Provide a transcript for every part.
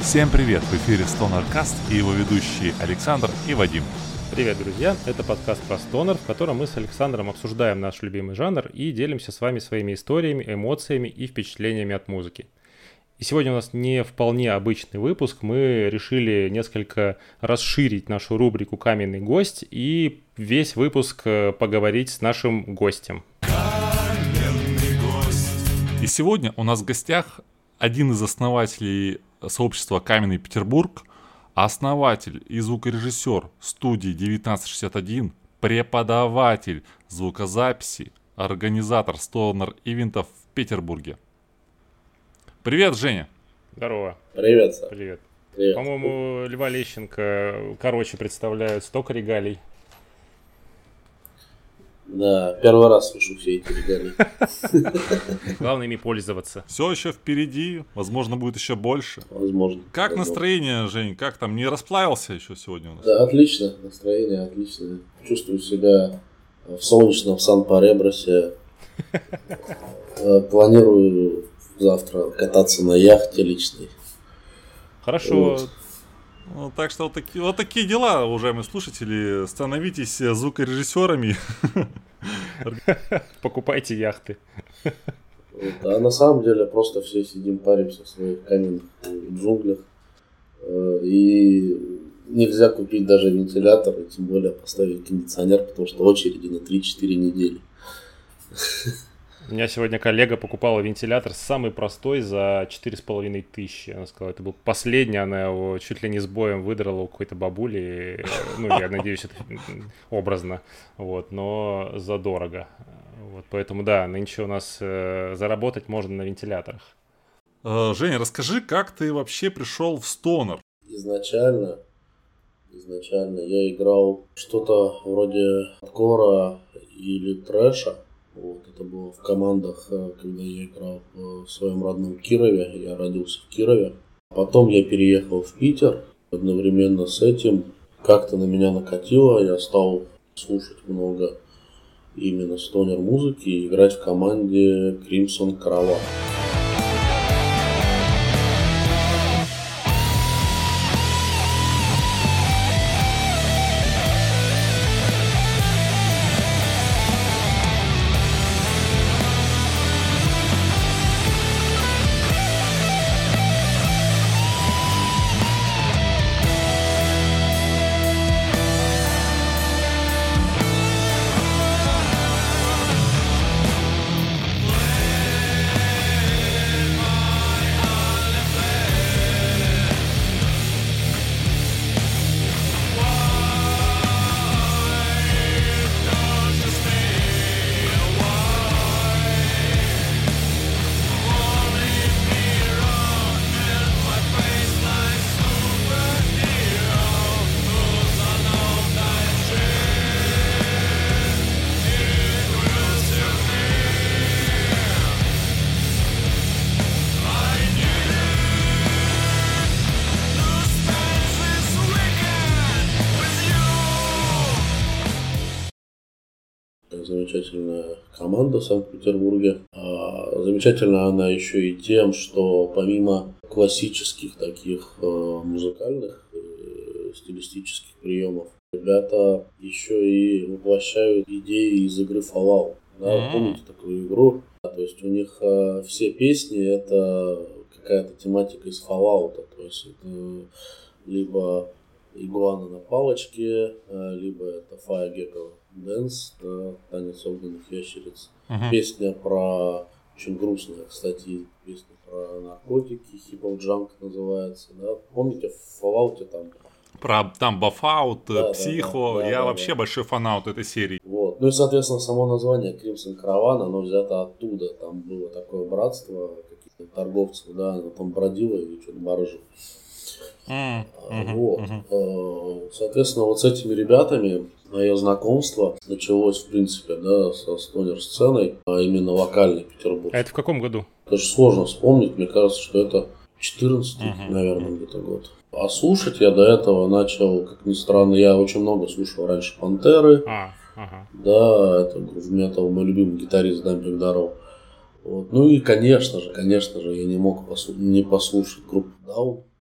Всем привет! В эфире StonerCast и его ведущие Александр и Вадим. Привет, друзья! Это подкаст про стонер, в котором мы с Александром обсуждаем наш любимый жанр и делимся с вами своими историями, эмоциями и впечатлениями от музыки. И сегодня у нас не вполне обычный выпуск. Мы решили несколько расширить нашу рубрику «Каменный гость» и весь выпуск поговорить с нашим гостем. Каменный гость. И сегодня у нас в гостях один из основателей сообщества «Каменный Петербург», основатель и звукорежиссер студии 1961, преподаватель звукозаписи, организатор стонер-ивентов в Петербурге. Привет, Женя. Здорово. Привет. Привет. Привет. По-моему, Льва Лещенко короче представляют столько регалий. Да, первый раз слышу все эти регалии. Главное ими пользоваться. Все еще впереди, возможно, будет еще больше. Возможно. Как настроение, Жень? Как там? Не расплавился еще сегодня у нас? Да, отлично. Настроение отличное. Чувствую себя в солнечном Сан-Паребросе. Планирую завтра кататься на яхте личной. Хорошо. Вот. Ну, так что вот такие дела, уважаемые слушатели. Становитесь звукорежиссерами. Покупайте яхты. А на самом деле просто все сидим, паримся в своих каменных джунглях. И нельзя купить даже вентилятор, и тем более поставить кондиционер, потому что очереди на 3-4 недели. У меня сегодня коллега покупала вентилятор самый простой за 4500. Она сказала, это был последний, она его чуть ли не с боем выдрала у какой-то бабули. Ну, я надеюсь, это образно, вот, но задорого. Вот, поэтому, да, нынче у нас заработать можно на вентиляторах. Женя, расскажи, как ты вообще пришел в стонер? Изначально я играл что-то вроде хардкора или трэша. Вот, это было в командах, когда я играл в своем родном Кирове. Я родился в Кирове. Потом я переехал в Питер. Одновременно с этим как-то на меня накатило. Я стал слушать много именно стонер-музыки и играть в команде Crimson Caravan. Замечательная команда в Санкт-Петербурге. Замечательна она еще и тем, что помимо классических таких музыкальных стилистических приемов, ребята еще и воплощают идеи из игры Fallout. Да, помните такую игру? То есть у них все песни это какая-то тематика из Fallout. То есть это либо игуана на палочке, либо это Fire Gecko Dance, да, танец огненных ящериц. Песня про очень грустная, кстати, песня про наркотики, хип-хоп-джанк называется, да. Помните в Fallout Там Бафаут, Психо. Да, я да, вообще большой фанат этой серии. Вот. Ну и, соответственно, само название Crimson Caravan, оно взято оттуда. Там было такое братство каких-то торговцев, да, оно там бродило и что-то барыжило. Вот. Соответственно, вот с этими ребятами мое знакомство началось, в принципе, да, со стонер-сценой, а именно локальной Петербург. А это в каком году? Даже сложно вспомнить, мне кажется, что это 14-й, наверное, где-то год. А слушать я до этого начал, как ни странно, я очень много слушал раньше Пантеры. Да, это Groove Metal, мой любимый гитарист Дампик Дарроу. Вот. Ну и, конечно же, я не мог не послушать группу Down.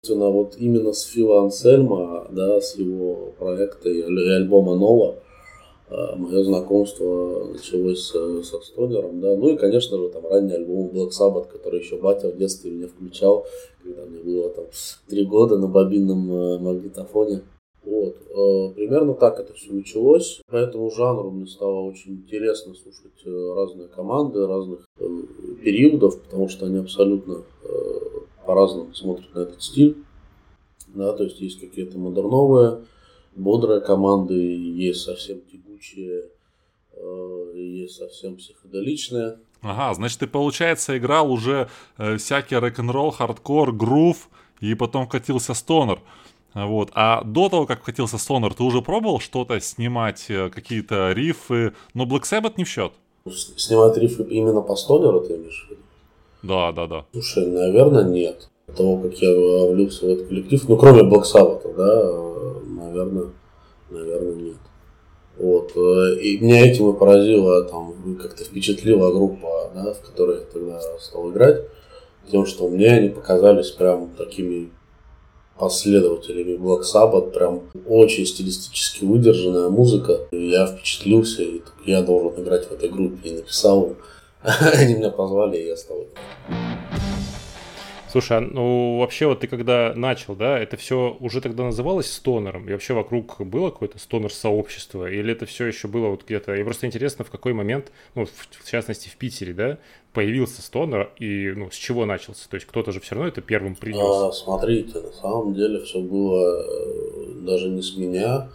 Вот именно с Фила Ансельма, да, с его проекта и альбома «Нова», мое знакомство началось со Стонером, да, ну и, конечно же, там ранний альбом Black Sabbath, который еще батя в детстве мне включал, когда мне было там 3 года на бобинном магнитофоне. Вот. Примерно так это все началось. По этому жанру мне стало очень интересно слушать разные команды разных периодов, потому что они абсолютно по-разному смотрят на этот стиль. Да, то есть какие-то модерновые, бодрые команды, есть совсем тягучие, есть совсем психоделичные. Ага, значит, ты, получается, играл уже всякий рок-н-ролл, хардкор, грув, и потом вкатился стонер. Вот. А до того, как вкатился стонер, ты уже пробовал что-то снимать, какие-то рифы? Но Black Sabbath не в счет. Снимать рифы именно по стонеру, ты имеешь в виду? Да. Слушай, наверное, нет. До того, как я влился в этот коллектив, ну, кроме Black Sabbath, да, наверное, нет. Вот. И меня этим и поразила, там, как-то впечатлила группа, да, в которой я тогда стал играть, тем, что мне они показались прям такими последователями Black Sabbath, прям очень стилистически выдержанная музыка. И я впечатлился, и я должен играть в этой группе, и написал им. Они меня позвали, и я стал играть. Слушай, ну вообще вот ты когда начал, да, это все уже тогда называлось стонером? И вообще вокруг было какое-то стонер-сообщество? Или это все еще было вот где-то? И просто интересно, в какой момент, ну, в частности в Питере, да, появился стонер и, ну, с чего начался? То есть кто-то же все равно это первым принес. Смотрите, на самом деле все было даже не с меня.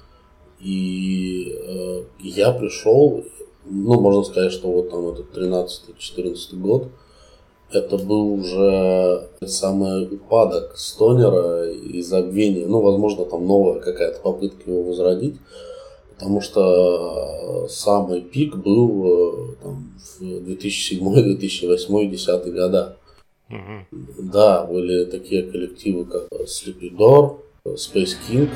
И я пришел, ну, можно сказать, что вот там этот 13-14 год, это был уже самый упадок стонера и забвение. Ну, возможно, там новая какая-то попытка его возродить. Потому что самый пик был там, в 2007, 2008, 2010 года. Да, были такие коллективы, как Sleepy Door, Space King.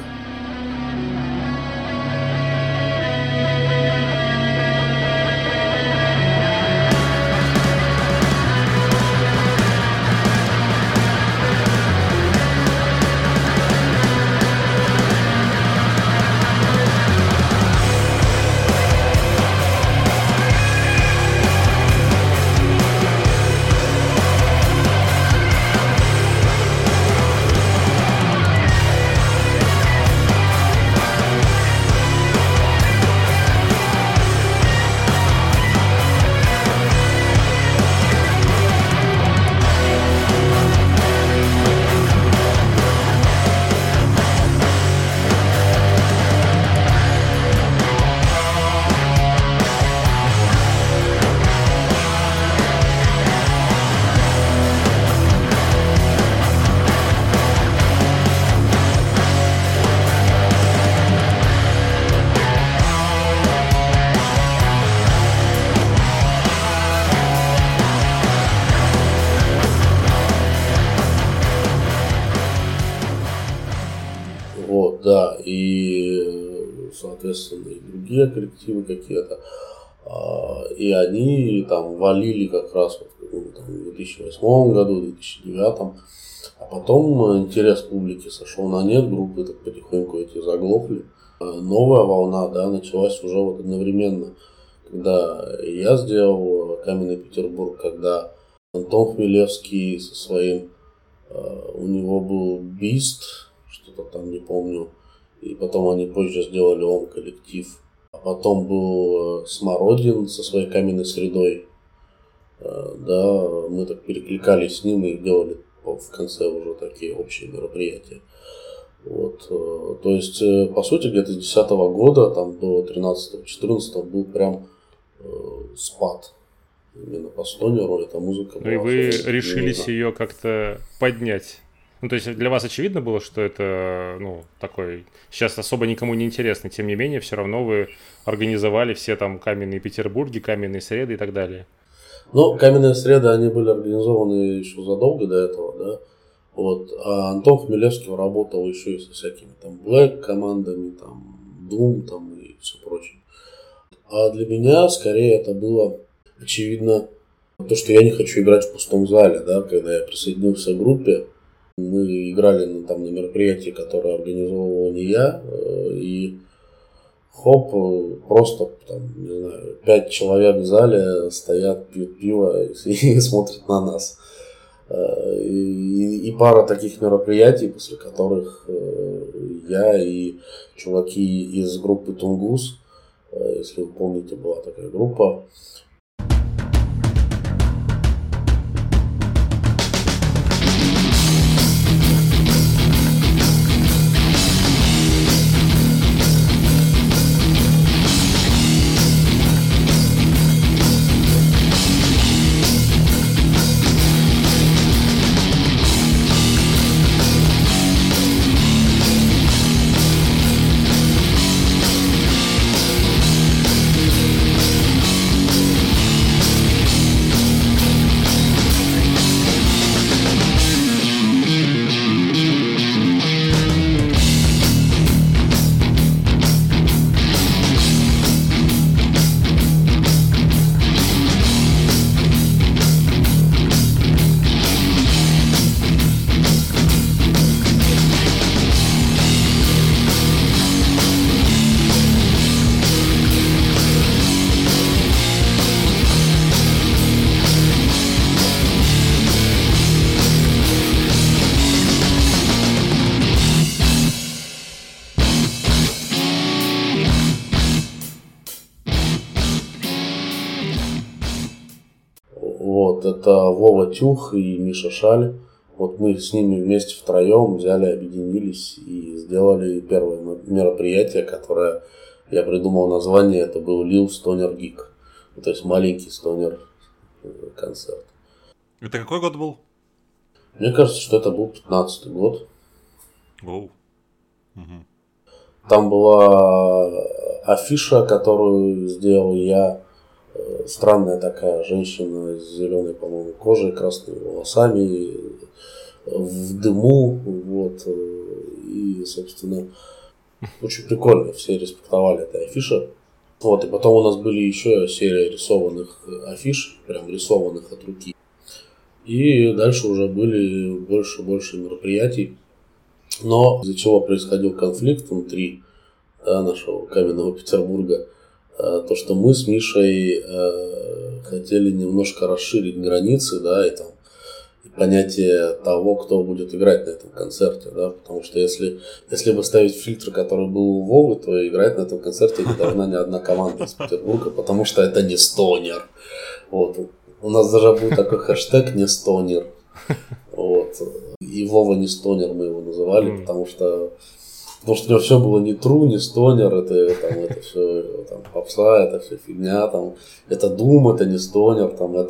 Вот, да, и, соответственно, и другие коллективы какие-то. И они там валили как раз вот, там, в 2008 году, в 2009. А потом интерес публики сошел на нет, группы так потихоньку эти заглохли. Новая волна, да, началась уже вот одновременно, когда я сделал «Каменный Петербург», когда Антон Хмелевский со своим, у него был «Бист», что-то там не помню, и потом они позже сделали «Он коллектив». А потом был Смородин со своей «Каменной средой». Да, мы так перекликались с ним и делали в конце уже такие общие мероприятия. Вот, то есть, по сути, где-то с 2010 года там, до 13-14 был прям спад. Именно по стонеру эта музыка была. Ну и вы решились ее как-то поднять. Ну, то есть для вас очевидно было, что это, ну, такой, сейчас особо никому не интересно, тем не менее, все равно вы организовали все там каменные Петербурги, каменные среды и так далее. Ну, каменные среды, они были организованы еще задолго до этого, да. Вот. А Антон Хмелевский работал еще и со всякими там Black командами, там Doom там и все прочее. А для меня скорее это было очевидно то, что я не хочу играть в пустом зале, да, когда я присоединился к группе. Мы играли на мероприятии, которое организовывал не я, и просто, не знаю, 5 человек в зале стоят, пьют пиво и смотрят на нас. И пара таких мероприятий, после которых я и чуваки из группы Тунгус, если вы помните, была такая группа. Это Вова Тюх и Миша Шаль. Мы с ними вместе втроем взяли, объединились и сделали первое мероприятие, которое я придумал название, это был Lil Stoner Gig. То есть маленький стонер концерт. Это какой год был? Мне кажется, что это был 15-й год. Угу. Там была афиша, которую сделал я. Странная такая женщина с зеленой, по-моему, кожей, красными волосами, в дыму, и, собственно, очень прикольно, все респектовали эту афишу. И потом у нас были еще серия рисованных афиш, прям рисованных от руки. И дальше уже были больше мероприятий. Но из-за чего происходил конфликт внутри нашего каменного Петербурга, то, что мы с Мишей хотели немножко расширить границы, и понятие того, кто будет играть на этом концерте, потому что если бы ставить фильтр, который был у Вовы, то играть на этом концерте не должна ни одна команда из Петербурга, потому что это не стонер. У нас даже был такой хэштег «не стонер». И Вова не стонер мы его называли, потому что у него все было не true, не стонер, это все попса, это все фигня, это дум, это не стонер,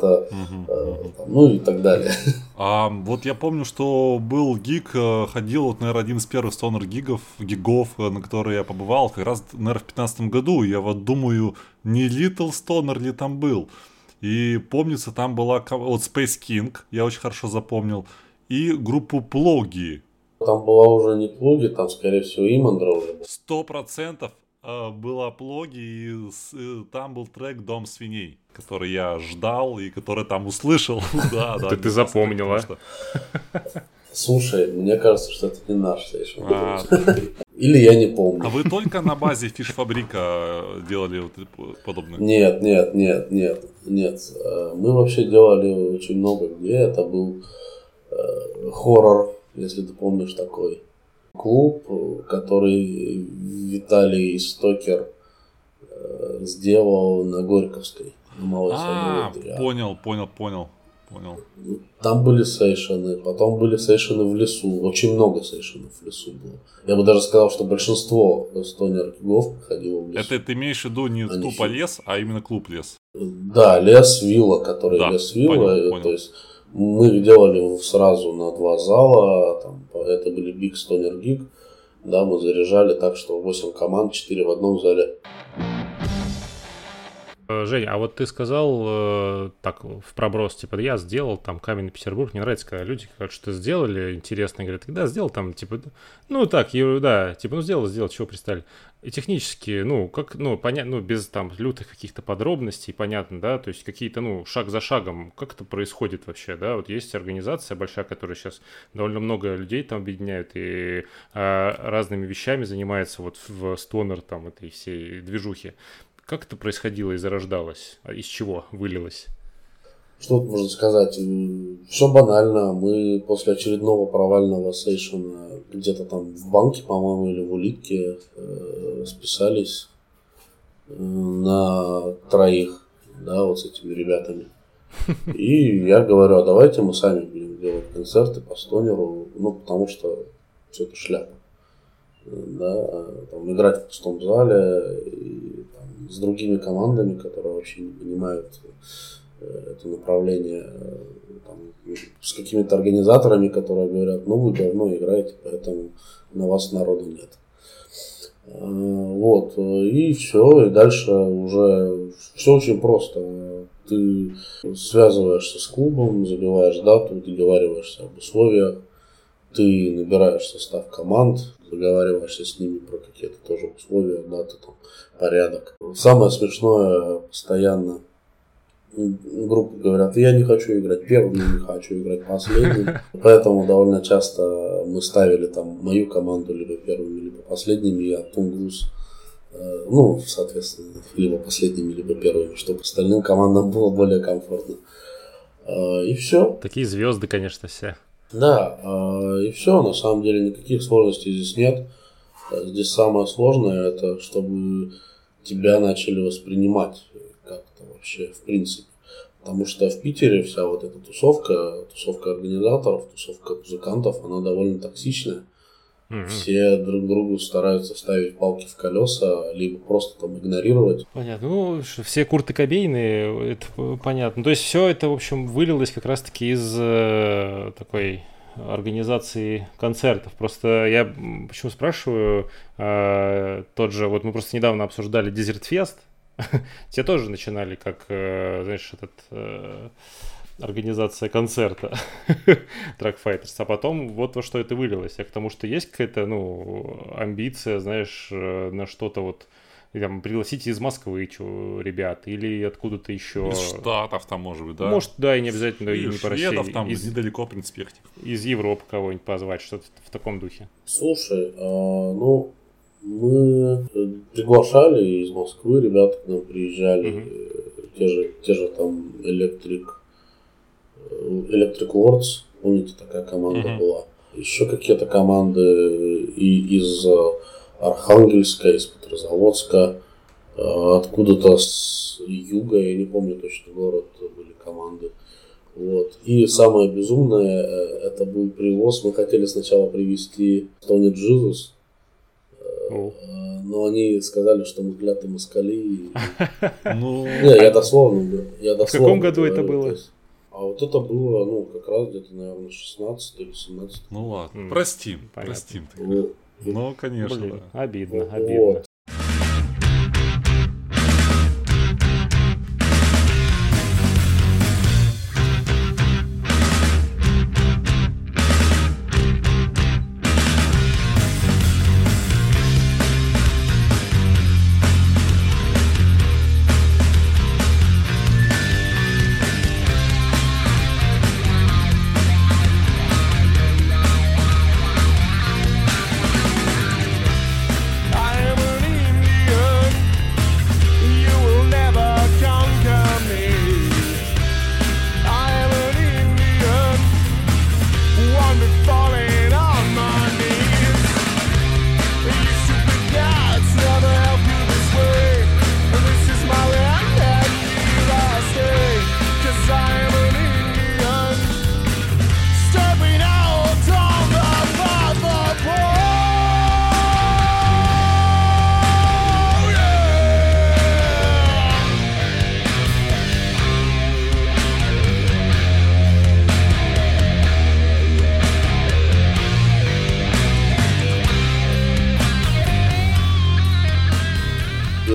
и так далее. Я помню, что был гиг, ходил, наверное, один из первых стонер гигов, на которые я побывал, как раз, наверное, в 2015 году. Я думаю, не Little Stoner ли там был. И помнится, там была Space King, я очень хорошо запомнил, и группу Плоги. Там была уже не Плоги, там, скорее всего, Имандра уже был. 100% была Плоги, и там был трек «Дом свиней», который я ждал и который там услышал. Да, это ты запомнил, а? Слушай, мне кажется, что это не наш сейшн. Или я не помню. А вы только на базе Фиш-фабрика делали подобное? Нет. Мы вообще делали очень много где. Это был хоррор, если ты помнишь такой клуб, который Виталий Стокер сделал на Горьковской, на Малой Свободе. Понял. Там были сейшены, потом были сейшены в лесу, очень много сейшенов в лесу было. Я бы даже сказал, что большинство стонер-гигов проходило в лесу. Это ты имеешь в виду не тупо лес, а именно клуб лес? Да, лес-вилла, который лес-вилла, понял. То есть мы делали сразу на 2 зала, это были Big Stoner Gig, мы заряжали так, что 8 команд, 4 в одном зале. Жень, а вот ты сказал так в проброс, типа, я сделал там Каменный Петербург. Мне нравится, когда люди говорят, что сделали, интересно, говорят, да, сделал там, типа, ну так, да, типа, ну сделал, чего пристали. И технически, ну, как, ну, понятно, ну, без там лютых каких-то подробностей, понятно, да, то есть какие-то, ну, шаг за шагом, как это происходит вообще, да, вот есть организация большая, которая сейчас довольно много людей там объединяет и разными вещами занимается вот в стонер там этой всей движухе. Как это происходило и зарождалось? Из чего вылилось? Что тут можно сказать? Все банально. Мы после очередного провального сейшена где-то там в банке, по-моему, или в улитке списались на троих, да, вот с этими ребятами. И я говорю, а давайте мы сами будем делать концерты по стонеру, ну, потому что все это шляпа. Да, там, играть в пустом зале и там, с другими командами, которые вообще не понимают это направление, там, с какими-то организаторами, которые говорят, ну вы говно играете, поэтому на вас народу нет. Вот, и все, и дальше уже все очень просто. Ты связываешься с клубом, забиваешь дату, договариваешься об условиях, ты набираешь состав команд, договариваешься с ними про какие-то тоже условия, даты, там, порядок. Самое смешное, постоянно группы говорят, я не хочу играть первым, не хочу играть последним. Поэтому довольно часто мы ставили там мою команду либо первыми, либо последними, а Тунгус, ну, соответственно, либо последними, либо первыми, чтобы остальным командам было более комфортно. И все. Такие звезды, конечно, все. Да, и все, на самом деле никаких сложностей здесь нет. Здесь самое сложное, это чтобы тебя начали воспринимать как-то вообще в принципе. Потому что в Питере вся вот эта тусовка организаторов, тусовка музыкантов, она довольно токсичная. Все друг другу стараются ставить палки в колеса, либо просто там игнорировать. Понятно. Ну, все Курты Кобейны, это понятно. То есть все это, в общем, вылилось как раз-таки из такой организации концертов. Просто я почему спрашиваю, тот же, вот мы просто недавно обсуждали Desert Fest. Те тоже начинали как, знаешь, организация концерта Track Fighters, а потом вот во что это вылилось. А к тому, что есть какая-то, ну, амбиция, знаешь, на что-то вот, там, пригласить из Москвы ребят или откуда-то еще. Из Штатов там, может быть, да? Может, да, и не обязательно, и не по России. Там недалеко, в принципе. Из Европы кого-нибудь позвать, что-то в таком духе. Слушай, ну, мы приглашали из Москвы, ребята к нам приезжали, те же там Electric Lords, помните, такая команда была. Еще какие-то команды и из Архангельска, из Петрозаводска, откуда-то с юга, я не помню точно город, были команды. Вот. И самое безумное, это был привоз. Мы хотели сначала привезти Tony Jesus, но они сказали, что мы клятые москали. Не, я дословно. В каком году это было? А вот это было, ну, как раз где-то, наверное, 16 или 17. Ну ладно, простим. Ну, конечно. Блин, обидно. Вот. I am an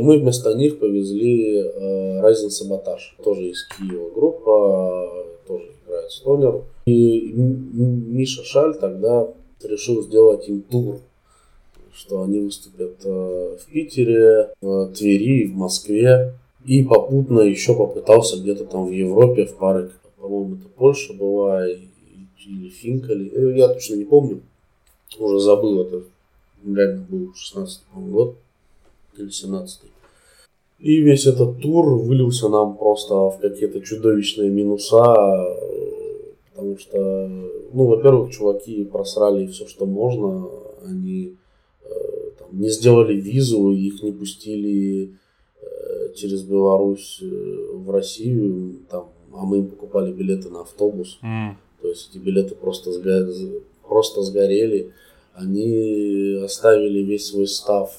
мы вместо них повезли Rising Sabotage. Тоже из Киева группа, тоже играет стонер. И Миша Шаль тогда решил сделать им тур, что они выступят в Питере, в Твери, в Москве. И попутно еще попытался где-то там в Европе, в паре, по-моему, это Польша была, или Финка, я точно не помню, уже забыл, это реально был 16-й год, или 17-й. И весь этот тур вылился нам просто в какие-то чудовищные минуса, потому что, во-первых, чуваки просрали все, что можно, они не сделали визу, их не пустили через Беларусь в Россию, там, а мы им покупали билеты на автобус. То есть эти билеты просто сгорели. Они оставили весь свой став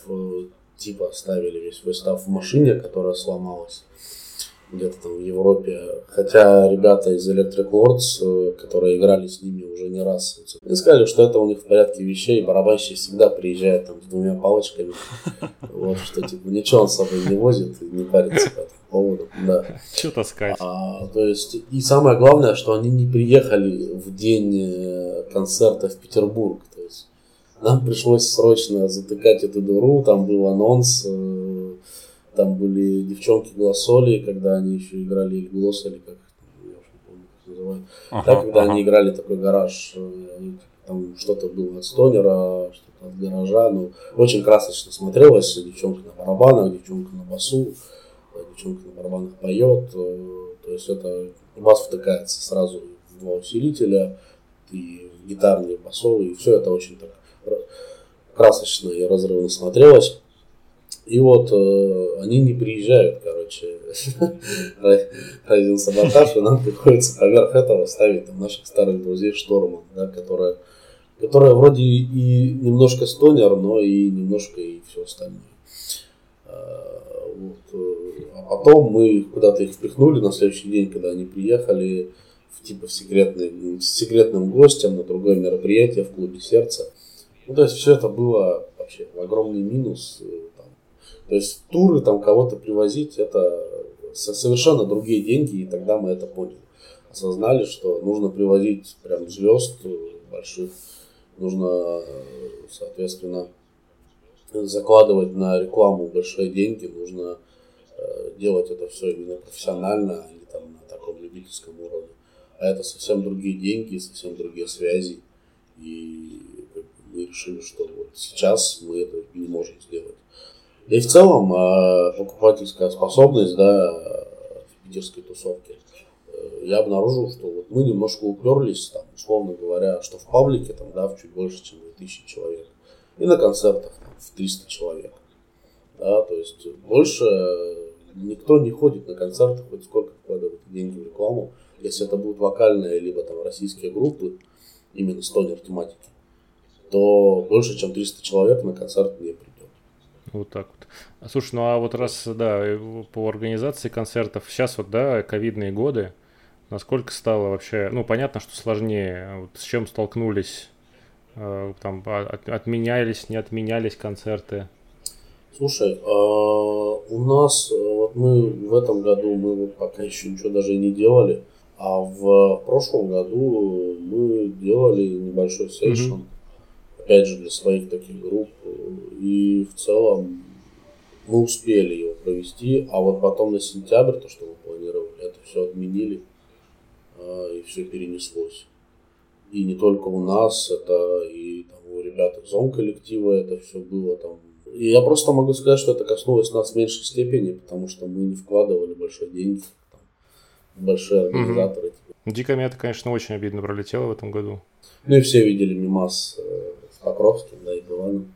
в машине, которая сломалась где-то там в Европе. Хотя ребята из Electric Lords, которые играли с ними уже не раз, они сказали, что это у них в порядке вещей. Барабанщик всегда приезжает там с 2 палочками. Вот, что типа ничего он с собой не возит и не парится по этому поводу. Да. Что таскать? То есть, и самое главное, что они не приехали в день концерта в Петербург. То есть нам пришлось срочно затыкать эту дыру. Там был анонс. Там были девчонки Глоссоли, когда они еще играли, или Глоссоли, как я уже не помню, как называют. Когда они играли такой гараж, там что-то было от стонера, что-то от гаража. Очень красочно смотрелось. Девчонка на барабанах, девчонка на басу, девчонка на барабанах поет. То есть это бас втыкается сразу в 2 усилителя, и в гитарный, и в басовый, и все это очень так красочно и разрывно смотрелось. И вот они не приезжают, Rising Sabotage, и нам приходится поверх этого ставить там наших старых друзей Шторман, да, которая вроде и немножко стонер, но и немножко и все остальное. А потом мы куда-то их впихнули на следующий день, когда они приехали с секретным гостем на другое мероприятие в клубе «Сердце». То есть все это было вообще огромный минус. То есть туры там кого-то привозить, это совершенно другие деньги, и тогда мы это поняли. Осознали, что нужно привозить прям звезд больших, нужно, соответственно, закладывать на рекламу большие деньги, нужно делать это все именно профессионально, а не там на таком любительском уровне. А это совсем другие деньги, совсем другие связи, и мы решили, что вот сейчас мы это не можем сделать. И в целом покупательская способность, да, в питерской тусовке, я обнаружил, что вот мы немножко уперлись, там, условно говоря, что в паблике там, да, в чуть больше, чем 2000 человек, и на концертах там, в 300 человек. Да, то есть больше никто не ходит на концерты, хоть сколько вкладывает деньги в рекламу, если это будут вокальные либо там российские группы, именно стонер тематики, то больше, чем 300 человек на концерт не придет. Вот так вот. Слушай, а вот раз, да, по организации концертов, сейчас вот, да, ковидные годы, насколько стало вообще, понятно, что сложнее, вот с чем столкнулись, там, отменялись, не отменялись концерты? Слушай, у нас, вот мы в этом году, мы вот пока еще ничего даже и не делали, а в прошлом году мы делали небольшой сейшн, опять же, для своих таких групп, и в целом мы успели его провести, а вот потом на сентябрь, то, что мы планировали, это все отменили, и все перенеслось. И не только у нас, это и там, у ребят из зон-коллектива это все было там. И я просто могу сказать, что это коснулось нас в меньшей степени, потому что мы не вкладывали большие деньги, там, большие организаторы. Дико Мята, конечно, очень обидно пролетело в этом году. И все видели мимас с Покровским, да, и Биланом.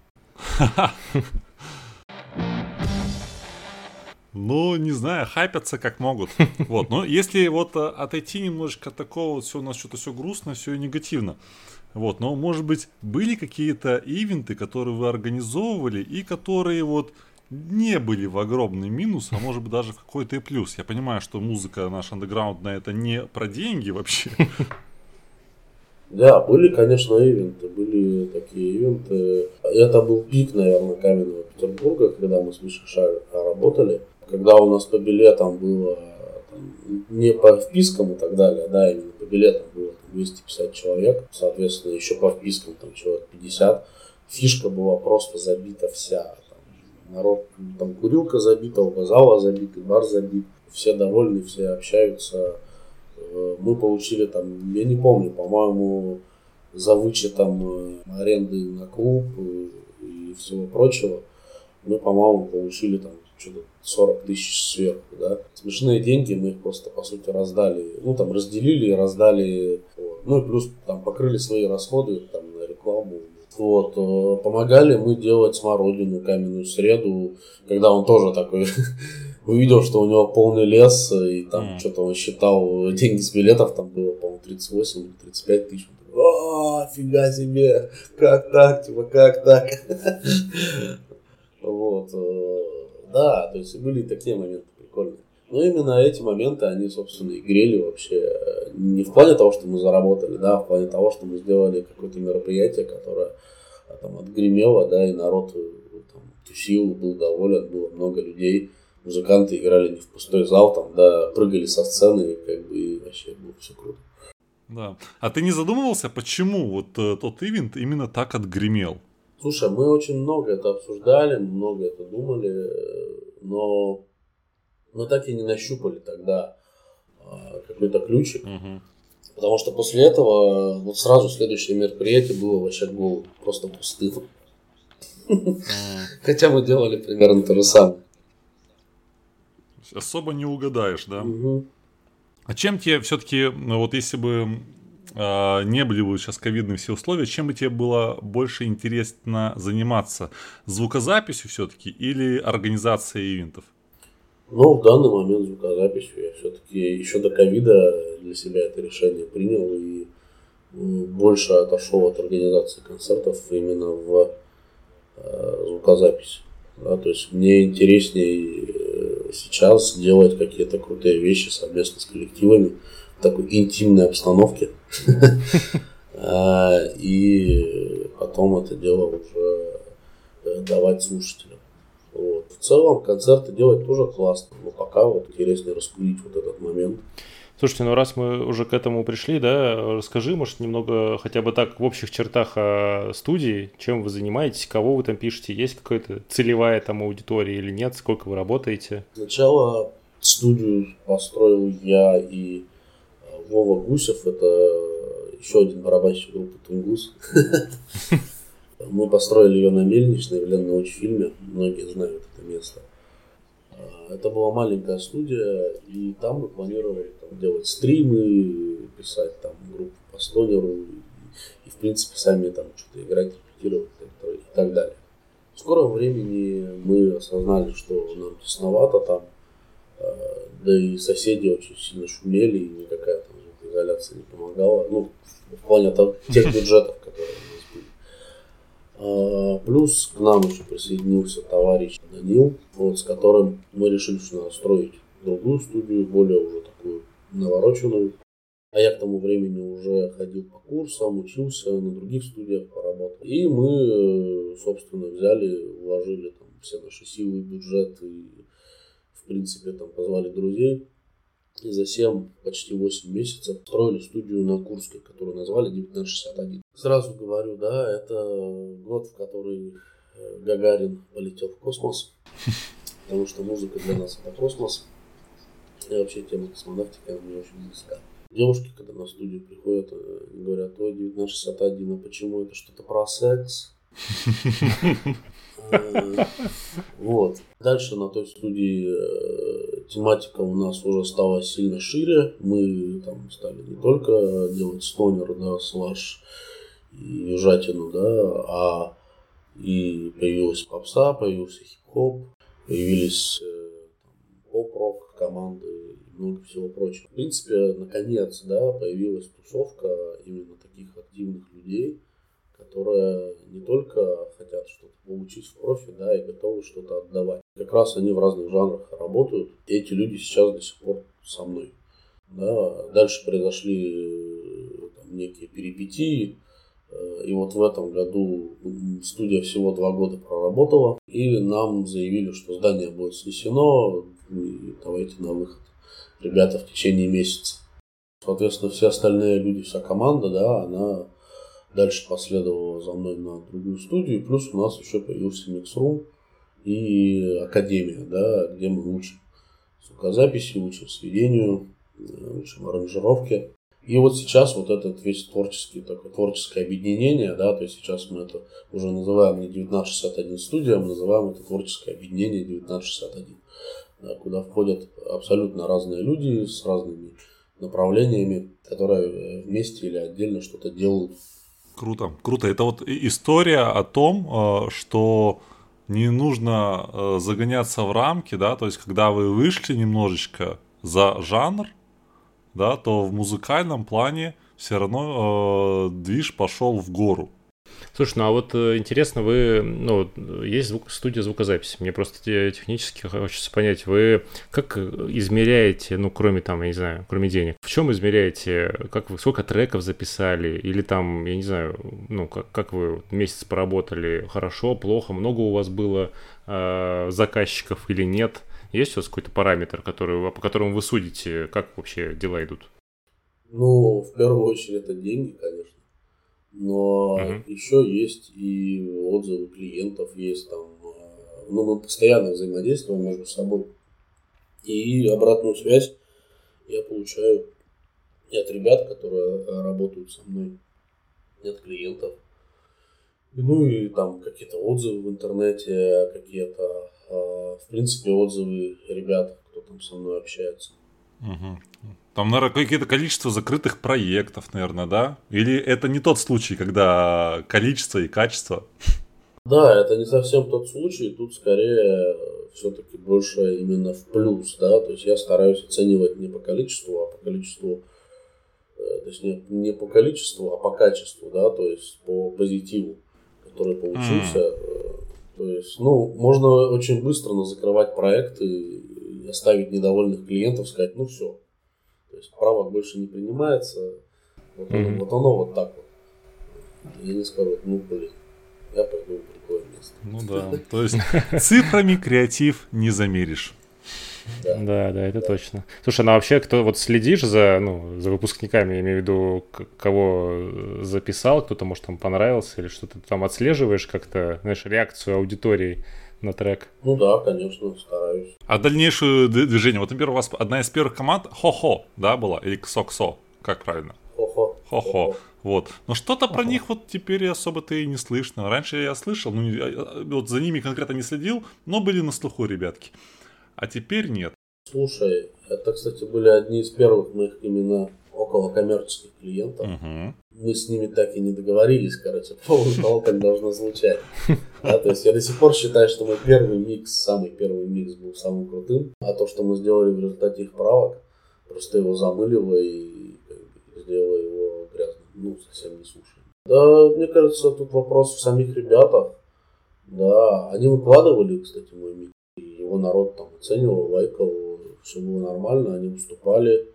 Не знаю, хайпятся как могут. Вот, но если вот отойти немножечко от такого, все у нас что-то все грустно, все негативно. Вот, но, может быть, были какие-то ивенты, которые вы организовывали, и которые вот не были в огромный минус, а может быть даже в какой-то и плюс. Я понимаю, что музыка наша андеграундная — это не про деньги вообще. Да, были, конечно, ивенты, были такие ивенты. Это был пик, наверное, Каменного Петербурга, когда мы с Мишей работали. Когда у нас по билетам было, там, не по впискам и так далее, да, именно по билетам было там 250 человек, соответственно, еще по впискам там человек 50. Фишка была просто забита вся. Там, народ, там курилка забита, оба зала забиты, бар забит. Все довольны, все общаются. Мы получили там, я не помню, по-моему, за вычетом аренды на клуб и всего прочего, мы, по-моему, получили там что-то 40 тысяч сверху, да. Смешные деньги, мы их просто, по сути, раздали, ну, там, разделили и раздали, вот. Ну, и плюс, там, покрыли свои расходы, там, на рекламу. Вот, помогали мы делать Смородину, Каменную Среду, когда он тоже такой увидел, что у него полный лес, и там что-то он считал деньги с билетов, там было, по-моему, 38 или 35 тысяч. О, фига себе, как так, типа, как так? Вот, да, то есть были такие моменты прикольные. Но именно эти моменты, они, собственно, и грели вообще не в плане того, что мы заработали, да, а в плане того, что мы сделали какое-то мероприятие, которое там отгремело, да, и народ там тусил, был доволен, было много людей. Музыканты играли не в пустой зал, там, да, прыгали со сцены, и как бы и вообще было все круто. Да. А ты не задумывался, почему вот тот ивент именно так отгремел? Слушай, мы очень много это обсуждали, много это думали, но мы так и не нащупали тогда какой-то ключик. Потому что после этого вот сразу следующее мероприятие было вообще голым, просто пустым. Хотя мы делали примерно то же самое. Особо не угадаешь, да? Угу. А чем тебе все-таки, вот если бы не были бы сейчас ковидные все условия, чем бы тебе было больше интересно заниматься? Звукозаписью все-таки или организацией ивентов? Ну, в данный момент звукозаписью я все-таки еще до ковида для себя это решение принял и больше отошел от организации концертов именно в звукозапись. Да, то есть мне интереснее сейчас делать какие-то крутые вещи совместно с коллективами в такой интимной обстановке. И потом это дело уже давать слушателям. Вот. В целом концерты делать тоже классно, но пока вот интереснее раскурить вот этот момент. Слушайте, ну раз мы уже к этому пришли, да, расскажи, может, немного хотя бы так в общих чертах о студии, чем вы занимаетесь, кого вы там пишете, есть какая-то целевая там аудитория или нет, сколько вы работаете? Сначала студию построил я и Вова Гусев, это еще один барабанщик группы Тунгус. Мы построили ее на Мельничной, в Ленноучфильме, многие знают это место. Это была маленькая студия, и там мы планировали там делать стримы, писать там группу по стонеру, и в принципе сами там что-то играть, репетировать и так далее. В скором времени мы осознали, что нам тесновато там, да и соседи очень сильно шумели, и никакая там звукоизоляция не помогала, ну, в плане тех бюджетов, которые у нас были. Плюс к нам еще присоединился товарищ Данил, вот, с которым мы решили, что надо строить другую студию, более уже такую навороченную. А я к тому времени уже ходил по курсам, учился, на других студиях поработал. И мы, собственно, взяли, вложили там все наши силы, бюджет и, в принципе, там позвали друзей. И за 7, почти 8 месяцев строили студию на Курской, которую назвали 1961. Сразу говорю, да, это год, в который Гагарин полетел в космос, потому что музыка для нас это космос. И вообще тема космонавтики, она мне очень близка. Девушки, когда на студию приходят, они говорят: ой, 1961, а почему это что-то про секс? Вот. Дальше на той студии тематика у нас уже стала сильно шире. Мы там стали не только делать стонер, да, слэш и южатину, да, а и появилась попса, появился хип-хоп, появились поп-рок команды и много всего прочего. В принципе, наконец, да, появилась тусовка именно таких активных людей, которые не только хотят что-то получить в профи, да, и готовы что-то отдавать. Как раз они в разных жанрах работают, и эти люди сейчас до сих пор со мной. Да. Дальше произошли там, некие перипетии. И вот в этом году студия всего 2 года проработала, и нам заявили, что здание будет снесено, и давайте на выход, ребята, в течение месяца. Соответственно, все остальные люди, вся команда, да, она дальше последовала за мной на другую студию, плюс у нас еще появился микс-рум и академия, да, где мы учим звукозаписи, учим сведению, учим аранжировке. И вот сейчас вот этот весь творческое объединение, да, то есть сейчас мы это уже называем не 1961 студия, мы называем это творческое объединение 1961, да, куда входят абсолютно разные люди с разными направлениями, которые вместе или отдельно что-то делают. Круто, круто. Это вот история о том, что не нужно загоняться в рамки, да, то есть когда вы вышли немножечко за жанр, да, то в музыкальном плане все равно движ пошел в гору. Слушай, ну а вот интересно, есть студия звукозаписи, мне просто технически хочется понять, вы как измеряете, кроме там, я не знаю, кроме денег, в чем измеряете, сколько треков записали, или там, я не знаю, как вы месяц поработали, хорошо, плохо, много у вас было заказчиков или нет? Есть у вас какой-то параметр, по которому вы судите, как вообще дела идут? В первую очередь это деньги, конечно. Но еще есть и отзывы клиентов, есть там, мы постоянно взаимодействуем между собой. И обратную связь я получаю и от ребят, которые работают со мной, и от клиентов. И там какие-то отзывы в интернете, какие-то, в принципе, отзывы ребят, кто там со мной общается. Угу. Там, наверное, какие-то количество закрытых проектов, наверное, да? Или это не тот случай, когда количество и качество? Да, это не совсем тот случай. Тут скорее все-таки больше именно в плюс, да. То есть я стараюсь оценивать не по количеству, а по количеству, то есть не по количеству, а по качеству, да, то есть по позитиву, который получился. То есть, можно очень быстро закрывать проекты и оставить недовольных клиентов, сказать, все. То есть правок больше не принимается. Вот оно вот так вот. Я не скажу, я пойду в другое место. Да, то есть цифрами креатив не замеришь. Да, это точно. Слушай, вообще, кто вот следишь за выпускниками, я имею в виду, кого записал, кто-то, может, там понравился, или что-то там отслеживаешь как-то, знаешь, реакцию аудитории на трек? Да, конечно, стараюсь. А дальнейшее движение? Вот, например, у вас одна из первых команд Хо-Хо, да, была? Или Ксо-Ксо? Как правильно? Хо-Хо. Хо-Хо. Вот. Но что-то про них вот теперь особо-то и не слышно. Раньше я слышал, вот за ними конкретно не следил, но были на слуху ребятки. А теперь нет. Слушай, это, кстати, были одни из первых моих именно околокоммерческих клиентов. Мы с ними так и не договорились, по поводу того, как должно звучать. Да, то есть я до сих пор считаю, что мой самый первый микс был самым крутым. А то, что мы сделали в результате их правок, просто его замылило и сделало его грязным, совсем не слушаем. Да, мне кажется, тут вопрос в самих ребятах. Да, они выкладывали, кстати, мой микс. Его народ там оценивал, лайкал, все было нормально, они выступали.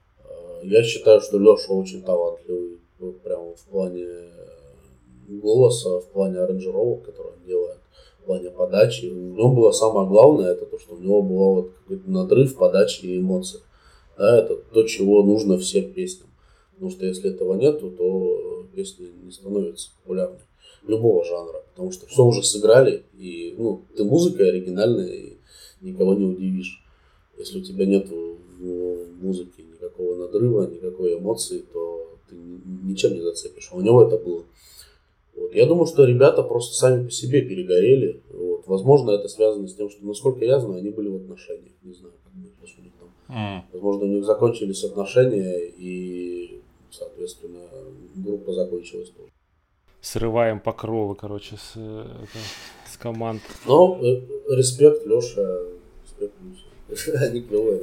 Я считаю, что Леша очень талантливый, прямо в плане голоса, в плане аранжировок, которые он делает, в плане подачи. У него было самое главное, это то, что у него был какой-то надрыв подачи и эмоций. Да, это то, чего нужно всем песням. Потому что если этого нету, то песня не становится популярной любого жанра, потому что все уже сыграли, и ты музыкой оригинальная, и никого не удивишь. Если у тебя нет в музыке никакого надрыва, никакой эмоции, то ты ничем не зацепишь. А у него это было. Вот. Я думаю, что ребята просто сами по себе перегорели. Вот. Возможно, это связано с тем, что, насколько я знаю, они были в отношениях. Не знаю, как бы сейчас у них там. Возможно, у них закончились отношения, и, соответственно, группа закончилась тоже. Срываем покровы, с команд. Респект, Леша, респект, Люся. Они клевые.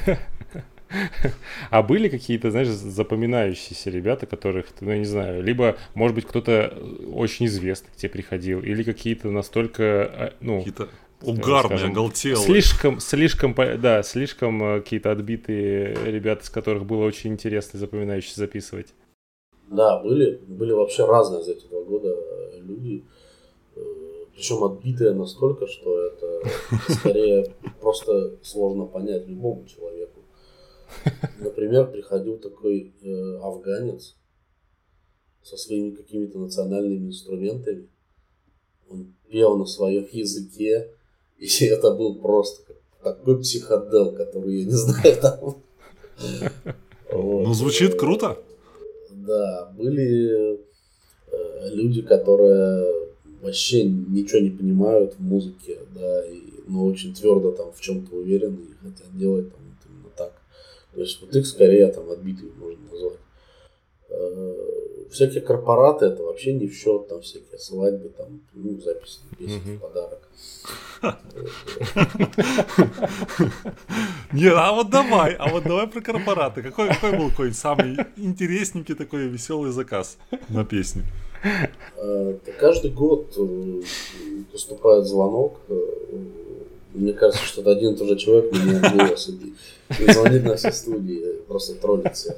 А были какие-то, знаешь, запоминающиеся ребята, которых, я не знаю, либо, может быть, кто-то очень известный к тебе приходил, или какие-то настолько, какие-то угарные, оголтелые. Слишком какие-то отбитые ребята, с которых было очень интересно и запоминающееся записывать. Да, были вообще разные за эти 2 года люди, причем отбитые настолько, что это скорее просто сложно понять любому человеку. Например, приходил такой афганец со своими какими-то национальными инструментами, он пел на своем языке, и это был просто такой психодел, который, я не знаю, там... Ну, звучит круто. Да, были люди, которые вообще ничего не понимают в музыке, да, но очень твердо там в чем-то уверены и хотят делать там вот именно так. То есть вот их скорее там отбитыми можно назвать. Всякие корпораты это вообще не в счет, там всякие свадьбы, там, ну, записи песен в подарок. Не, а вот давай про корпораты. Какой был какой-нибудь самый интересненький такой веселый заказ на песню? Каждый год поступает звонок. Мне кажется, что это один и тот же человек меняет голос и звонит на все студии, просто троллит всех.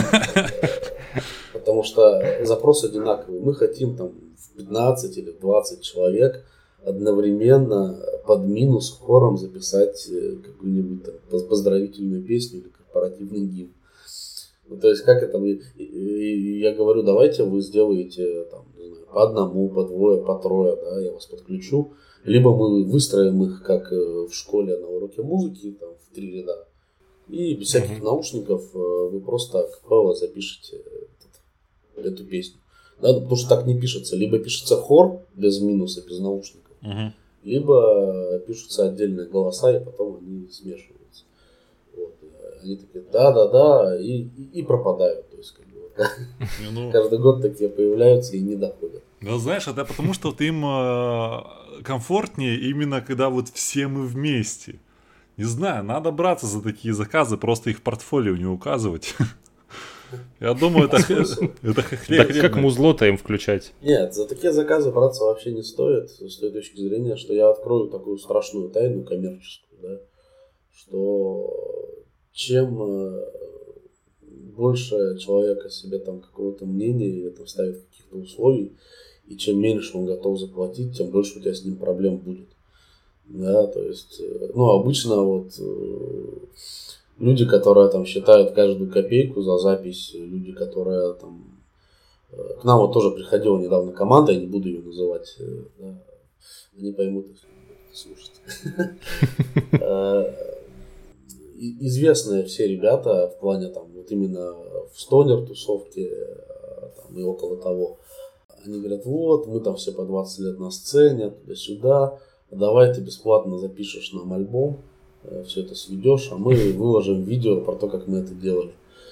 Потому что запрос одинаковый. Мы хотим там в 15 или 20 человек одновременно под минус хором записать какую-нибудь там поздравительную песню или корпоративный гимн. Ну, то есть как это вы... Я говорю, давайте вы сделаете там, не знаю, по одному, по двое, по трое, да, я вас подключу. Либо мы выстроим их, как в школе на уроке музыки, там, в 3 ряда. И без всяких наушников вы просто, как правило, запишите эту песню. Да, потому что так не пишется. Либо пишется хор без минуса, без наушников, либо пишутся отдельные голоса, и потом они смешиваются. Вот. Они такие, да, и пропадают. То есть, как бы, да. Каждый год такие появляются и не доходят. Ну, знаешь, это потому, что вот им комфортнее именно когда вот все мы вместе. Не знаю, надо браться за такие заказы, просто их в портфолио не указывать. Я думаю, это Так как музло-то им включать? Нет, за такие заказы браться вообще не стоит, с той точки зрения, что я открою такую страшную тайну коммерческую, да, что чем больше человек о себе там какого-то мнения или там ставит каких-то условий, и чем меньше он готов заплатить, тем больше у тебя с ним проблем будет. Да, то есть, ну, обычно вот люди, которые там считают каждую копейку за запись, люди, которые там... К нам вот тоже приходила недавно команда, я не буду ее называть, да, они поймут, если будут слушать. Известные все ребята в плане там вот именно в стонер тусовке там, и около того. Они говорят, вот, мы там все по 20 лет на сцене, туда-сюда, давай ты бесплатно запишешь нам альбом, все это сведешь, а мы выложим видео про то, как мы это делали.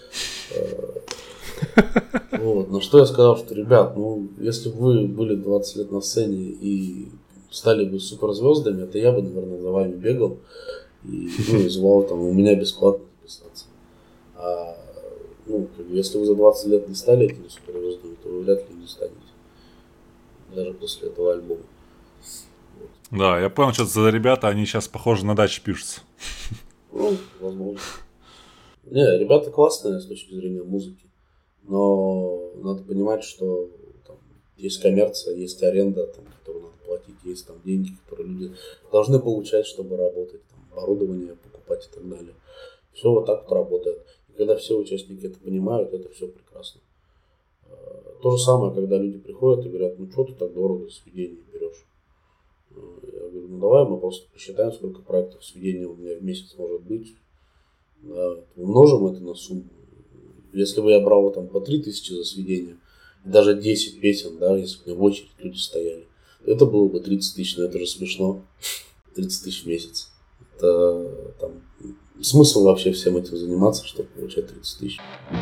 Вот. На что я сказал, что, ребят, ну, если бы вы были 20 лет на сцене и стали бы суперзвездами, это я бы, наверное, за вами бегал и звал там у меня бесплатно записаться. А ну, если вы за 20 лет не стали этими суперзвездами, то вы вряд ли не станете. Даже после этого альбома. Вот. Да, я понял, что за ребята, они сейчас, похоже, на даче пишутся. Ну, возможно. Не, ребята классные с точки зрения музыки. Но надо понимать, что там есть коммерция, есть аренда, там, которую надо платить, есть там деньги, которые люди должны получать, чтобы работать, там, оборудование покупать и так далее. Все вот так вот работает. И когда все участники это понимают, это все прекрасно. То же самое, когда люди приходят и говорят, ну что ты так дорого сведения берешь? Я говорю, ну давай мы просто посчитаем, сколько проектов сведения у меня в месяц может быть. Да, умножим это на сумму. Если бы я брал там по 3000 за сведение, даже 10 песен, да, если бы мне в очередь люди стояли, это было бы 30 тысяч, но это же смешно. 30 тысяч в месяц. Это там смысл вообще всем этим заниматься, чтобы получать 30 тысяч.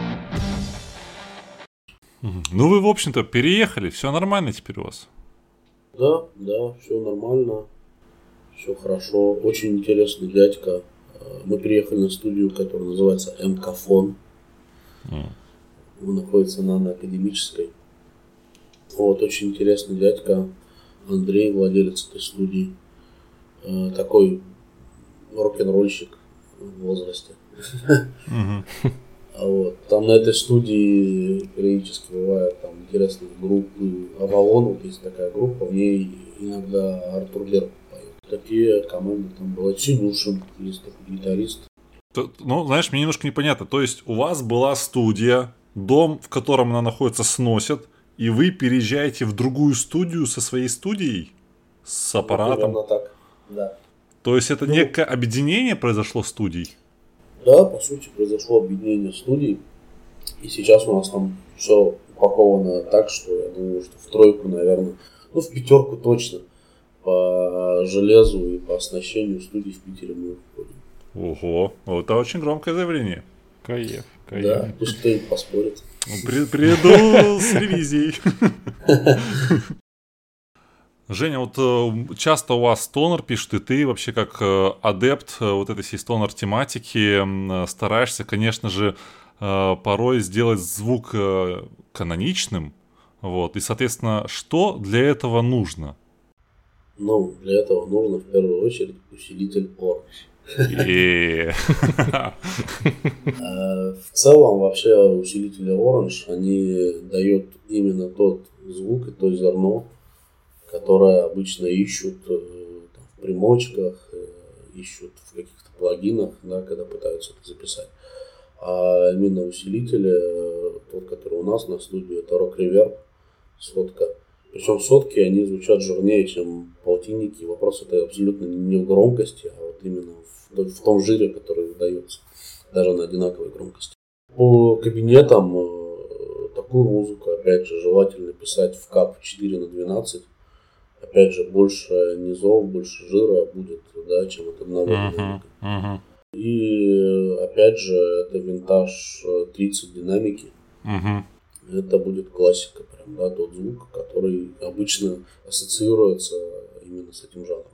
Ну вы, в общем-то, переехали, все нормально теперь у вас? Да, все нормально, все хорошо. Очень интересный дядька. Мы приехали на студию, которая называется МКФон. Он находится на Академической. Вот, очень интересный дядька Андрей, владелец этой студии. Такой рок-н-ролльщик в возрасте. Вот. Там на этой студии периодически бывают там интересные группы. Авалон, вот есть такая группа, в ней иногда Артур Берг поет. Такие команды там была. Синюшин, есть такой гитарист. Ну, знаешь, мне немножко непонятно. То есть у вас была студия, дом, в котором она находится, сносят, и вы переезжаете в другую студию со своей студией? С аппаратом? Примерно так, да. То есть это некое объединение произошло студий? Да, по сути, произошло объединение студий. И сейчас у нас там все упаковано так, что я думаю, что в тройку, наверное, ну в пятерку точно. По железу и по оснащению студий в Питере мы входим. Ого, это очень громкое заявление. Кайф. Да, пусть кто-нибудь поспорит. Приеду с ревизией. Женя, вот часто у вас стонер пишет, и ты вообще как адепт вот этой всей стонер-тематики стараешься, конечно же, порой сделать звук каноничным. Вот. И, соответственно, что для этого нужно? Ну, для этого нужно в первую очередь усилитель Orange. В целом, вообще, усилители Orange, они дают именно тот звук и то зерно, которое обычно ищут там, в примочках, ищут в каких-то плагинах, да, когда пытаются это записать. А именно усилители, тот, который у нас на студии, это Rock Reverb, сотка. Причем сотки, они звучат жирнее, чем полтинники. Вопрос это абсолютно не в громкости, а вот именно в том жире, который выдается, даже на одинаковой громкости. По кабинетам такую музыку, опять же, желательно писать в кап 4/12. Опять же, больше низов, больше жира будет, да, чем от одного динамика. И опять же, это винтаж 30 динамики. Это будет классика, прям, да, тот звук, который обычно ассоциируется именно с этим жанром.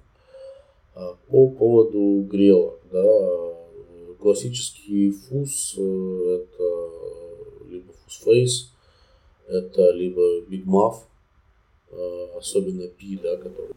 По поводу грела, да, классический фуз это либо фуз-фейс, это либо Big Muff, особенно P, да, который.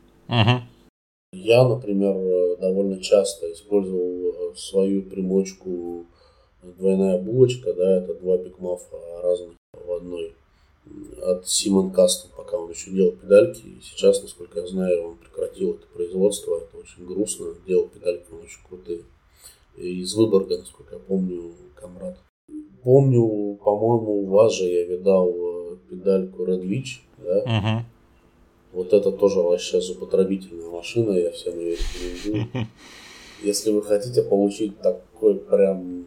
Я, например, довольно часто использовал свою примочку двойная булочка, да, это два Big Muff разных в одной. От Simon Custom, пока он еще делал педальки. И сейчас, насколько я знаю, он прекратил это производство. Это очень грустно. Делал педальки, он очень крутые. И из Выборга, насколько я помню, Камрад. Помню, по-моему, у вас же я видал педальку Red Witch, да? Вот это тоже вообще зубодробительная машина, я всем ее рекомендую. Если вы хотите получить такой прям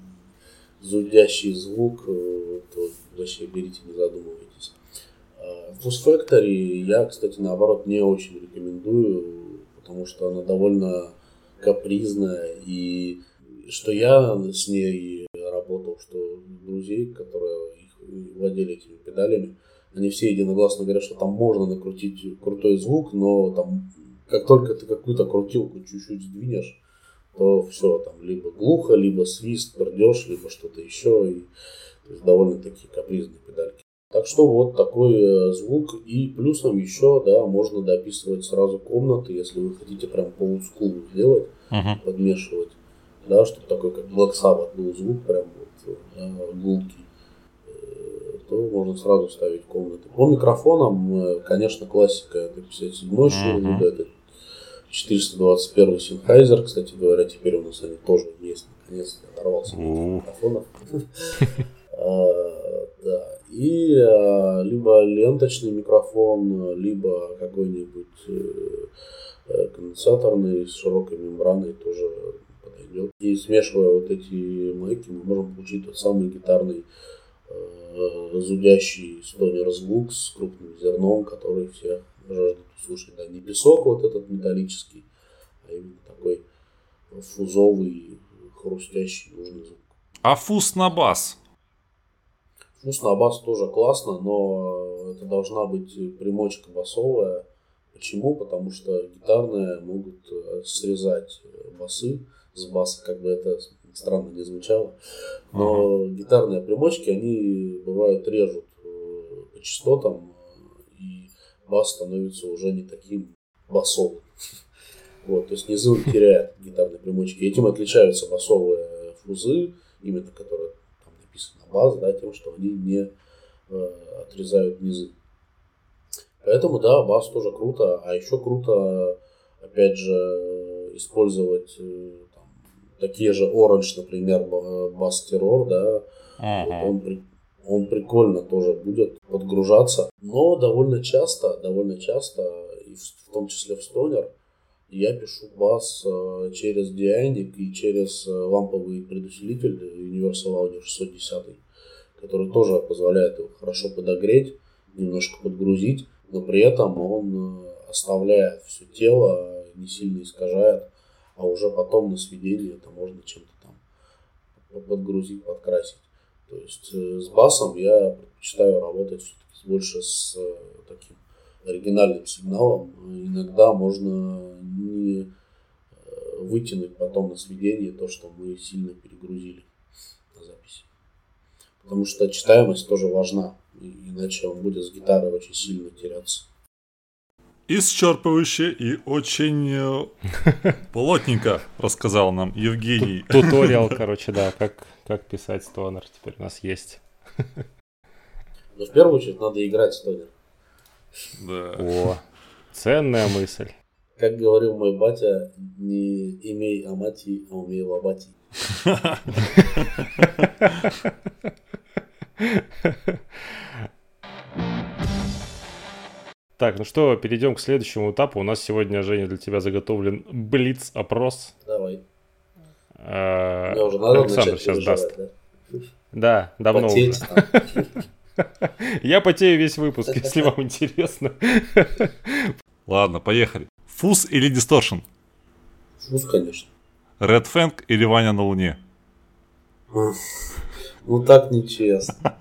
зудящий звук, то вообще берите, не задумывайтесь. Fuzz Factory я, кстати, наоборот, не очень рекомендую, потому что она довольно капризная. И что я с ней работал, что друзей, которые владели этими педалями, они все единогласно говорят, что там можно накрутить крутой звук, но там как только ты какую-то крутилку чуть-чуть сдвинешь, то все, там либо глухо, либо свист, пердеж, либо что-то еще. И, то есть довольно-таки капризные педальки. Так что вот такой звук. И плюсом еще, да, можно дописывать сразу комнаты, если вы хотите прям по олдскулу сделать, подмешивать, да, чтобы такой как Black Sabbath был звук, прям вот, да, гулкий, то можно сразу ставить комнаты. По микрофонам, конечно, классика, это 57-й Shure, это 421 Sennheiser, кстати говоря, теперь у нас они тоже есть, наконец-то оторвался от микрофонов. Да. И либо ленточный микрофон, либо какой-нибудь конденсаторный с широкой мембраной тоже подойдет. И смешивая вот эти майки, мы можем получить тот самый гитарный зудящий стонер звук с крупным зерном, который все жаждут услышать. Да, не песок вот этот металлический, а именно такой фузовый, хрустящий нужный звук. А фуз на бас? Фуз на бас тоже классно, но это должна быть примочка басовая. Почему? Потому что гитарные могут срезать басы с баса, как бы это странно не звучало. Но гитарные примочки, они бывают режут по частотам, и бас становится уже не таким басовым. Вот, то есть низы теряют гитарные примочки. Этим отличаются басовые фузы, именно которые там, на вписана бас, да, тем, что они не отрезают низы. Поэтому, да, бас тоже круто. А еще круто, опять же, использовать там, такие же Orange, например, Bass Terror, да. Он прикольно тоже будет подгружаться. Но довольно часто, и в том числе в Stoner, я пишу бас через Dynamic и через ламповый предусилитель Universal Audio 610, который тоже позволяет его хорошо подогреть, немножко подгрузить, но при этом он оставляет все тело, не сильно искажает, а уже потом на сведении это можно чем-то там подгрузить, подкрасить. То есть с басом я предпочитаю работать больше с таким оригинальным сигналом. Иногда можно не вытянуть потом на сведении то, что мы сильно перегрузили на записи. Потому что читаемость тоже важна, иначе он будет с гитарой очень сильно теряться. Исчерпывающе и очень плотненько рассказал нам Евгений. Туториал, короче, да, как писать стонер теперь у нас есть. Но в первую очередь надо играть стонер. Да. О, ценная мысль. Как говорил мой батя, не имей амати, а умей лобати. Так, ну что, перейдем к следующему этапу. У нас сегодня, Женя, для тебя заготовлен блиц-опрос. Давай. Мне уже надо Александр сейчас даст. Да, давно Потеть, уже. Я потею весь выпуск, если вам интересно. Ладно, поехали. Фуз или Дисторшн? Фуз, конечно. Ред Фэнк или Ваня на Луне? Ну так нечестно.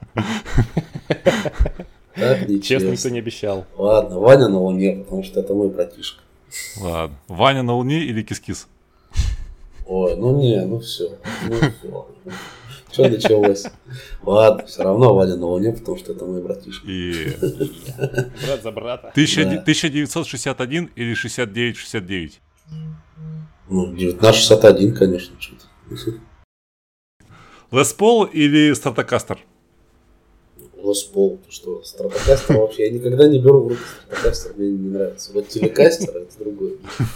Так нечестно. Честно, никто не обещал. Ладно, Ваня на Луне, потому что это мой братишка. Ладно. Ваня на Луне или Кис-Кис? Ой, ну все. Что началось? Ладно, все равно Ваня на Луне, потому что это мой братишка. Брат за брата. 1961 или 6969? Ну, 1961, конечно, что-то. Лес Пол или Стратокастер? Лес Пол, ты что, Стратокастер вообще, я никогда не беру в руки Стратокастер, мне не нравится. Вот Телекастер, это другое.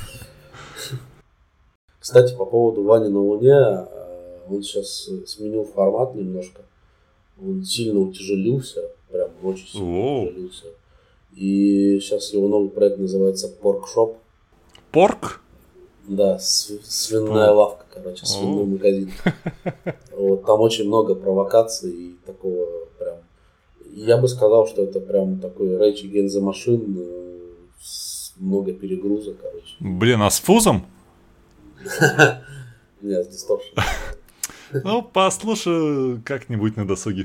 Кстати, по поводу Вани на Луне, он сейчас сменил формат немножко. Он сильно утяжелился, прям очень сильно утяжелился. И сейчас его новый проект называется Pork Shop. Порк? Да, свиная лавка, короче, свиной магазин. Вот, там очень много провокаций и такого прям... Я бы сказал, что это прям такой Rage Against the Machine, много перегрузок, короче. Блин, а с фузом? Нет, с дисторшн. Ну, послушаю как-нибудь на досуге.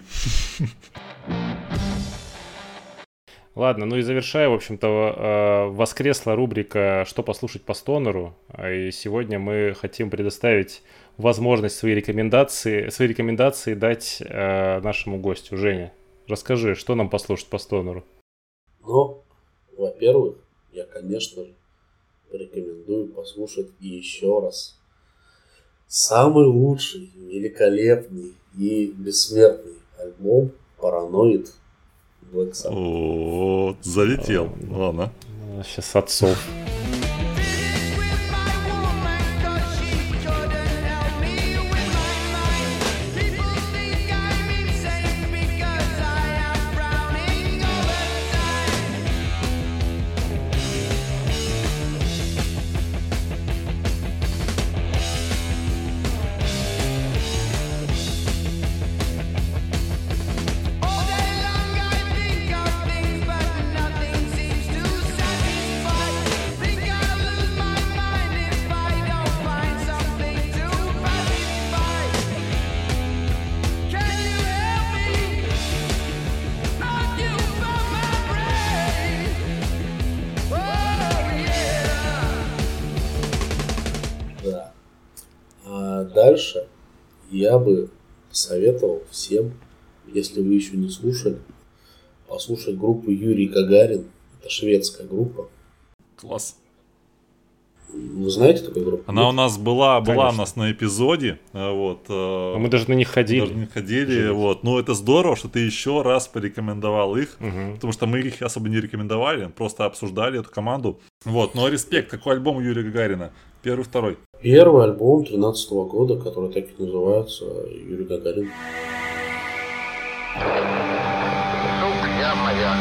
Ладно, ну и завершая, в общем-то, воскресла рубрика «Что послушать по стонеру?». И сегодня мы хотим предоставить возможность свои рекомендации дать нашему гостю. Женя, расскажи, что нам послушать по стонеру? Ну, во-первых, я, конечно же, порекомендую послушать еще раз самый лучший, великолепный и бессмертный альбом «Параноид» Black Sabbath. Вот, залетел. Ладно. Сейчас отцов. Дальше я бы советовал всем, если вы еще не слушали, послушать группу Юрий Гагарин. Это шведская группа. Класс. Вы знаете такую группу? Она у нас была Конечно. у нас на эпизоде, вот. Мы даже на них ходили. Вот. Но это здорово, что ты еще раз порекомендовал их, Мгм. потому что мы их особо не рекомендовали, просто обсуждали эту команду. Вот, но респект, какой альбом у Юрия Гагарина? Первый, второй. Первый альбом 2013 года, который так и называется, Юрий Гагарин. Я маяк.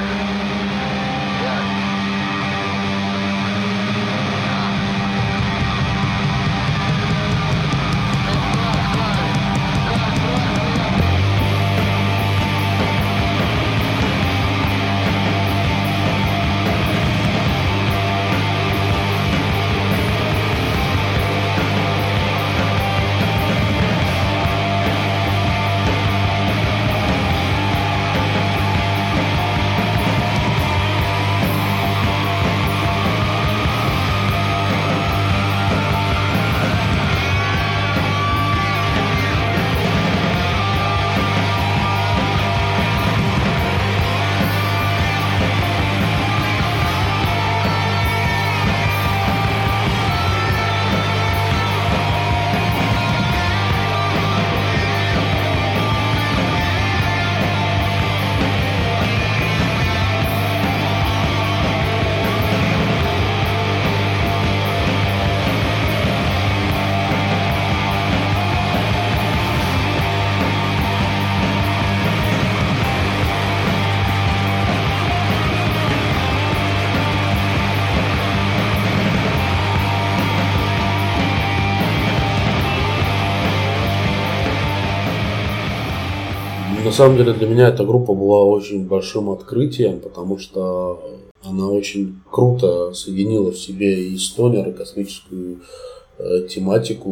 На самом деле для меня эта группа была очень большим открытием, потому что она очень круто соединила в себе и стонер, и космическую тематику,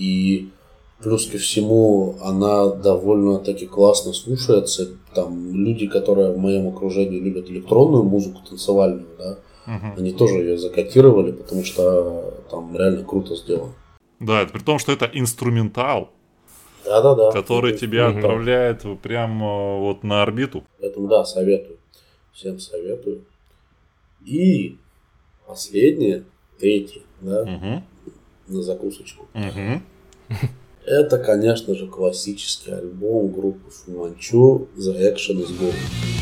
и плюс ко всему она довольно-таки классно слушается. Там люди, которые в моем окружении любят электронную музыку, танцевальную, да, они тоже ее закодировали, потому что там реально круто сделано. Да, это при том, что это инструментал, Да-да-да. который тебя отправляет прям вот на орбиту. Поэтому да, советую. Всем советую. И последнее, третье, да, на закусочку. Это, конечно же, классический альбом группы Fu Manchu The Action is Good.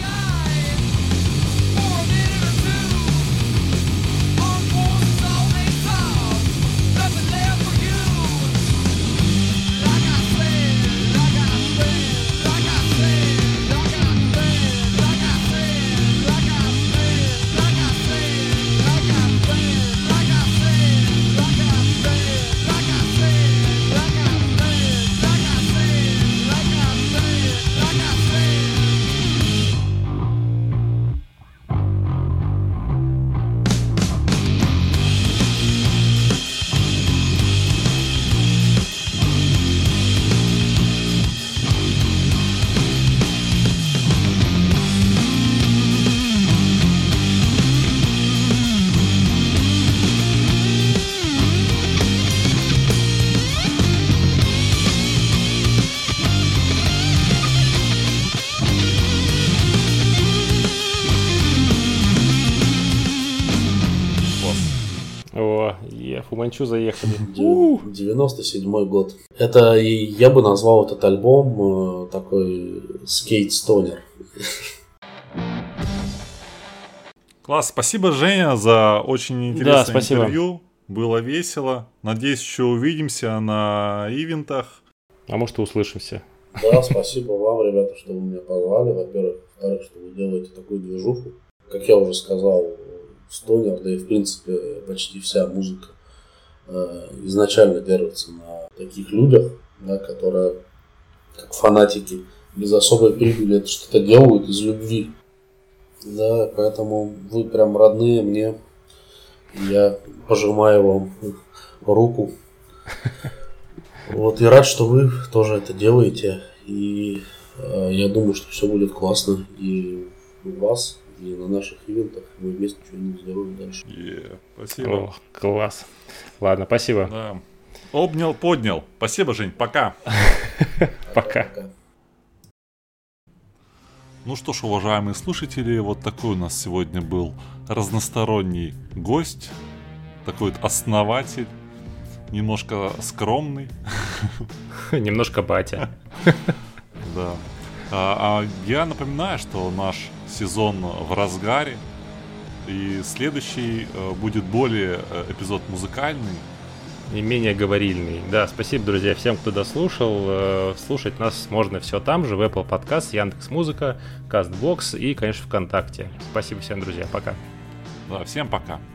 Фу Манчу заехали. 97-й год. Это, я бы назвал этот альбом такой скейт-стонер. Класс, спасибо, Женя, за очень интересное спасибо. интервью. Было весело. Надеюсь, еще увидимся на ивентах. А может, и услышимся. Да, спасибо вам, ребята, что вы меня позвали. Во-первых. Во-вторых, что вы делаете такую движуху. Как я уже сказал, стонер, да и в принципе почти вся музыка изначально держится на таких людях, да, которые как фанатики без особой прибыли это что-то делают из любви. Да, поэтому вы прям родные мне. Я пожимаю вам руку. Вот, и рад, что вы тоже это делаете. И я думаю, что все будет классно и у вас, и на наших ивентах. Мы вместе что-нибудь сделаем дальше. Спасибо. О, класс. Ладно, спасибо. Да. Обнял, поднял. Спасибо, Жень. Пока. Пока. Ну что ж, уважаемые слушатели, вот такой у нас сегодня был разносторонний гость. такой вот основатель, немножко скромный. Немножко батя. Да. Я напоминаю, что наш сезон в разгаре, и следующий будет более эпизод музыкальный. И менее говорильный. Да, спасибо, друзья, всем, кто дослушал. Слушать нас можно все там же, в Apple Podcast, Яндекс.Музыка, Castbox и, конечно, ВКонтакте. Спасибо всем, друзья, пока. Да, всем пока.